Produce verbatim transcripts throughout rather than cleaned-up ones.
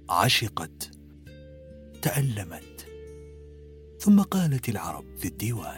عشقت، تألمت، ثم قالت العرب في الديوان.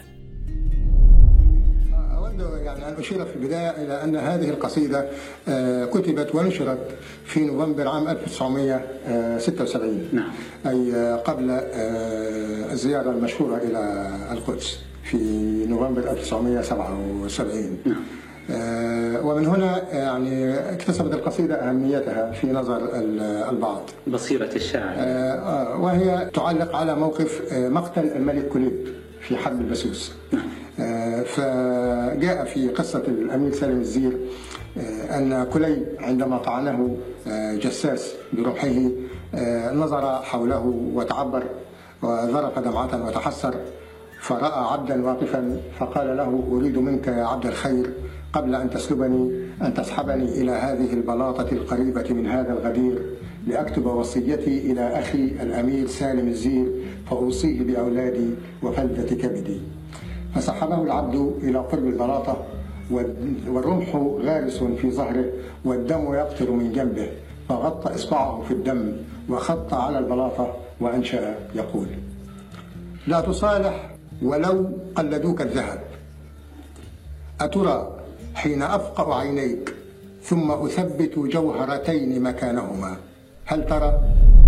أود يعني أن أشير في البداية إلى أن هذه القصيدة كتبت ونشرت في نوفمبر عام ألف وتسعمائة وستة وسبعين. نعم. أي قبل الزيارة المشهورة إلى القدس في نوفمبر ألف وتسعمائة وسبعة وسبعين. نعم. ومن هنا يعني اكتسبت القصيدة أهميتها في نظر البعض. بصيرة الشاعر. وهي تعلق على موقف مقتل الملك كليب في حرب البسوس. نعم. فجاء في قصة الأمير سالم الزير أن كليب عندما طعنه جساس برمحه نظر حوله وتعبر وذرف دمعة وتحسر، فرأى عبدا واقفا فقال له: أريد منك يا عبد الخير قبل أن تسلبني أن تسحبني إلى هذه البلاطة القريبة من هذا الغدير لأكتب وصيتي إلى أخي الأمير سالم الزير فأوصيه بأولادي وفلذة كبدي. فسحبه العبد إلى قرب البلاطة والرمح غارس في ظهره والدم يقطر من جنبه، فغطى إصبعه في الدم وخط على البلاطة وأنشأ يقول: لا تصالح ولو قلدوك الذهب، أترى حين أفقأ عينيك ثم أثبت جوهرتين مكانهما، هل ترى؟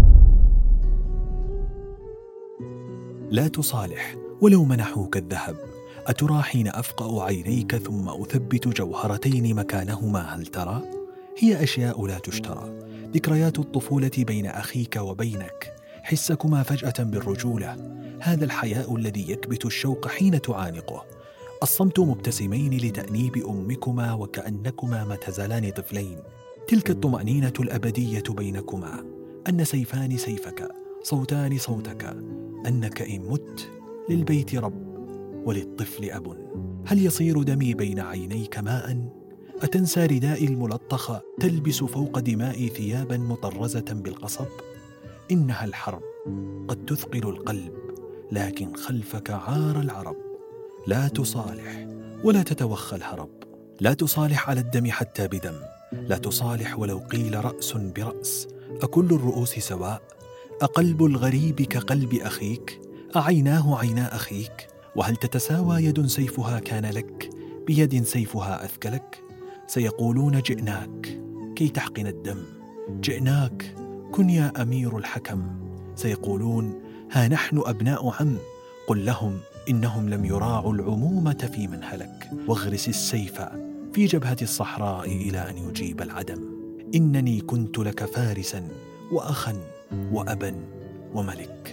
لا تصالح ولو منحوك الذهب، أترى حين أفقأ عينيك ثم أثبت جوهرتين مكانهما، هل ترى؟ هي أشياء لا تشترى، ذكريات الطفولة بين أخيك وبينك، حسكما فجأة بالرجولة، هذا الحياء الذي يكبت الشوق حين تعانقه، الصمت مبتسمين لتأنيب أمكما وكأنكما ما تزالان طفلين، تلك الطمأنينة الأبدية بينكما، أن سيفان سيفك، صوتان صوتك، أنك إن مت للبيت رب وللطفل أب. هل يصير دمي بين عينيك ماء؟ أتنسى ردائي الملطخ تلبس فوق دمائي ثيابا مطرزة بالقصب؟ إنها الحرب قد تثقل القلب، لكن خلفك عار العرب. لا تصالح ولا تتوخى الهرب، لا تصالح على الدم حتى بدم، لا تصالح ولو قيل رأس برأس، أكل الرؤوس سواء؟ أقلب الغريب كقلب أخيك؟ أعيناه عينا أخيك؟ وهل تتساوى يد سيفها كان لك بيد سيفها أثكلك؟ سيقولون جئناك كي تحقن الدم، جئناك كن يا أمير الحكم، سيقولون ها نحن أبناء عم، قل لهم إنهم لم يراعوا العمومة في من هلك، واغرس السيف في جبهة الصحراء إلى أن يجيب العدم، إنني كنت لك فارسا وأخا وأبا وملك.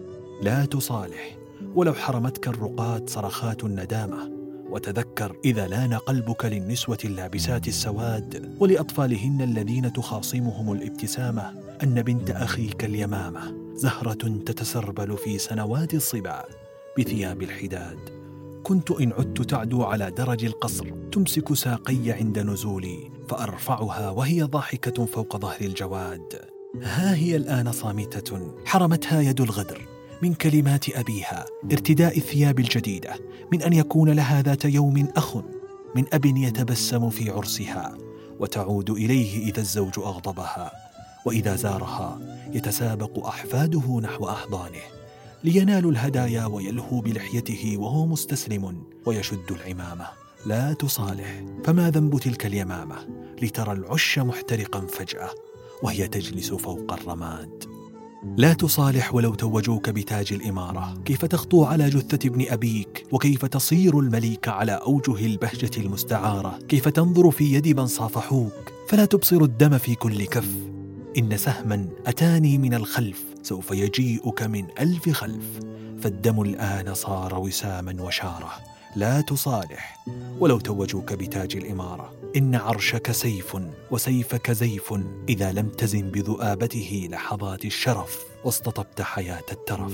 لا تصالح ولو حرمتك الرقات صرخات الندامة، وتذكر إذا لان قلبك للنسوة اللابسات السواد ولأطفالهن الذين تخاصمهم الابتسامة أن بنت أخيك اليمامة زهرة تتسربل في سنوات الصبا بثياب الحداد، كنت إن عدت تعدو على درج القصر تمسك ساقي عند نزولي فأرفعها وهي ضاحكة فوق ظهر الجواد. ها هي الآن صامتة حرمتها يد الغدر من كلمات أبيها، ارتداء الثياب الجديدة، من أن يكون لها ذات يوم أخ، من أب يتبسم في عرسها وتعود إليه إذا الزوج أغضبها، وإذا زارها يتسابق أحفاده نحو أحضانه لينالوا الهدايا ويلهو بلحيته وهو مستسلم ويشد العمامة. لا تصالح، فما ذنب تلك اليمامة لترى العش محترقا فجأة وهي تجلس فوق الرماد. لا تصالح ولو توجوك بتاج الإمارة، كيف تخطو على جثة ابن أبيك، وكيف تصير المليك على أوجه البهجة المستعارة، كيف تنظر في يد من صافحوك فلا تبصر الدم في كل كف، إن سهما أتاني من الخلف سوف يجيئك من ألف خلف، فالدم الآن صار وساما وشارة. لا تصالح ولو توجوك بتاج الإمارة، إن عرشك سيف وسيفك زيف، إذا لم تزن بذؤابته لحظات الشرف واستطبت حياة الترف.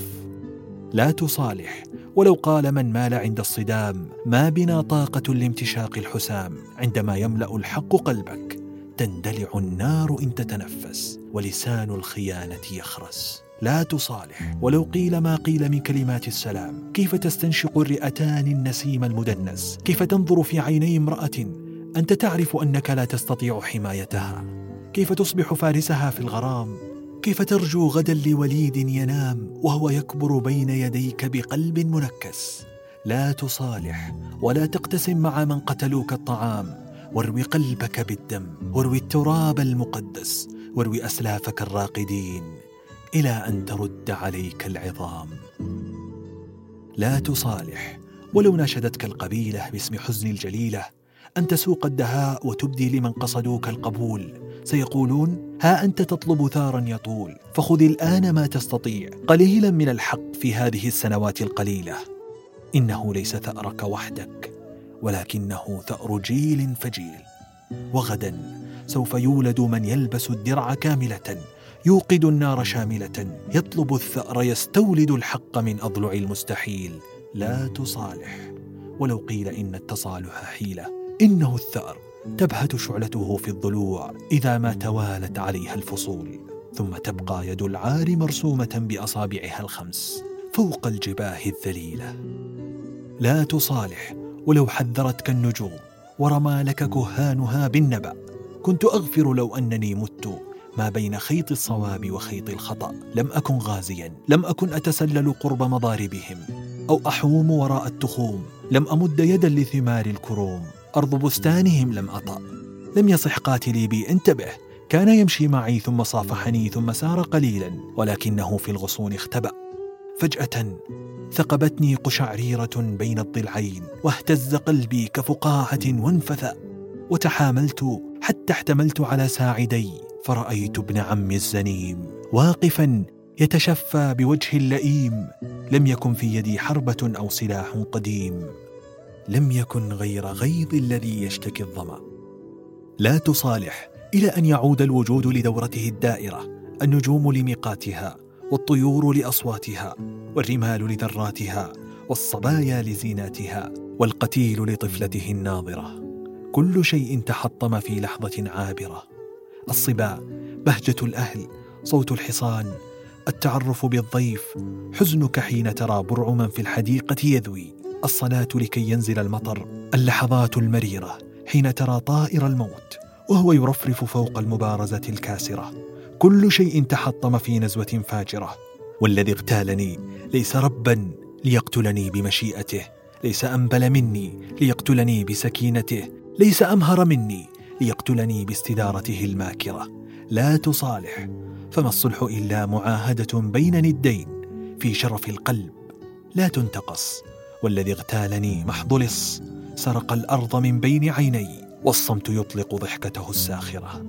لا تصالح ولو قال من مال عند الصدام ما بنا طاقة لامتشاق الحسام، عندما يملأ الحق قلبك تندلع النار إن تتنفس ولسان الخيانة يخرس. لا تصالح ولو قيل ما قيل من كلمات السلام، كيف تستنشق الرئتان النسيم المدنس، كيف تنظر في عيني امرأة أنت تعرف أنك لا تستطيع حمايتها، كيف تصبح فارسها في الغرام كيف ترجو غدا لوليد ينام وهو يكبر بين يديك بقلب منكس؟ لا تصالح ولا تقتسم مع من قتلوك الطعام، واروي قلبك بالدم، واروي التراب المقدس، واروي أسلافك الراقدين إلى أن ترد عليك العظام. لا تصالح ولو ناشدتك القبيلة باسم حزن الجليلة أن تسوق الدهاء وتبدي لمن قصدوك القبول. سيقولون: ها أنت تطلب ثارا يطول، فخذ الآن ما تستطيع، قليلا من الحق في هذه السنوات القليلة. إنه ليس ثأرك وحدك، ولكنه ثأر جيل فجيل. وغدا سوف يولد من يلبس الدرع كاملة، يوقد النار شاملة، يطلب الثأر، يستولد الحق من أضلع المستحيل. لا تصالح ولو قيل إن التصالح حيلة، إنه الثأر تبهت شعلته في الضلوع إذا ما توالت عليها الفصول، ثم تبقى يد العار مرسومة بأصابعها الخمس فوق الجباه الذليلة. لا تصالح ولو حذرتك النجوم ورمى لك كهانها بالنبأ. كنت أغفر لو أنني مت ما بين خيط الصواب وخيط الخطأ. لم أكن غازيا، لم أكن أتسلل قرب مضاربهم أو أحوم وراء التخوم، لم أمد يدا لثمار الكروم، أرض بستانهم لم أطأ. لم يصح قاتلي بي، انتبه، كان يمشي معي ثم صافحني ثم سار قليلا، ولكنه في الغصون اختبأ. فجأة ثقبتني قشعريرة بين الضلعين، واهتز قلبي كفقاعة وانفثأ، وتحاملت حتى احتملت على ساعدي، فرأيت ابن عمي الزنيم واقفا يتشفى بوجه لئيم. لم يكن في يدي حربة أو سلاح قديم، لم يكن غير غيظ الذي يشتكي الظمأ. لا تصالح إلى أن يعود الوجود لدورته الدائرة، النجوم لميقاتها، والطيور لأصواتها، والرمال لذراتها، والصبايا لزيناتها، والقتيل لطفلته الناظرة. كل شيء تحطم في لحظة عابرة: الصبا، بهجة الأهل، صوت الحصان، التعرف بالضيف، حزنك حين ترى برعما في الحديقة يذوي، الصلاة لكي ينزل المطر، اللحظات المريرة حين ترى طائر الموت وهو يرفرف فوق المبارزة الكاسرة. كل شيء تحطم في نزوة فاجرة. والذي اغتالني ليس ربا ليقتلني بمشيئته، ليس أنبل مني ليقتلني بسكينته، ليس أمهر مني ليقتلني باستدارته الماكرة. لا تصالح، فما الصلح إلا معاهدة بين ندين في شرف القلب لا تنتقص. والذي اغتالني محض لص سرق الأرض من بين عيني، والصمت يطلق ضحكته الساخرة.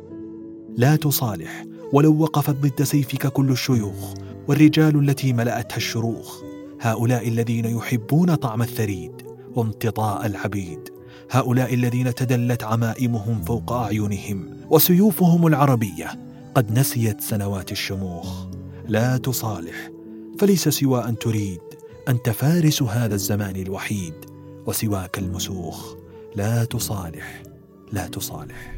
لا تصالح ولو وقفت ضد سيفك كل الشيوخ والرجال التي ملأتها الشروخ. هؤلاء الذين يحبون طعم الثريد وامتطاء العبيد، هؤلاء الذين تدلت عمائمهم فوق أعينهم وسيوفهم العربية قد نسيت سنوات الشموخ. لا تصالح، فليس سوى أن تريد أنت فارس هذا الزمان الوحيد، وسواك المسوخ. لا تصالح، لا تصالح.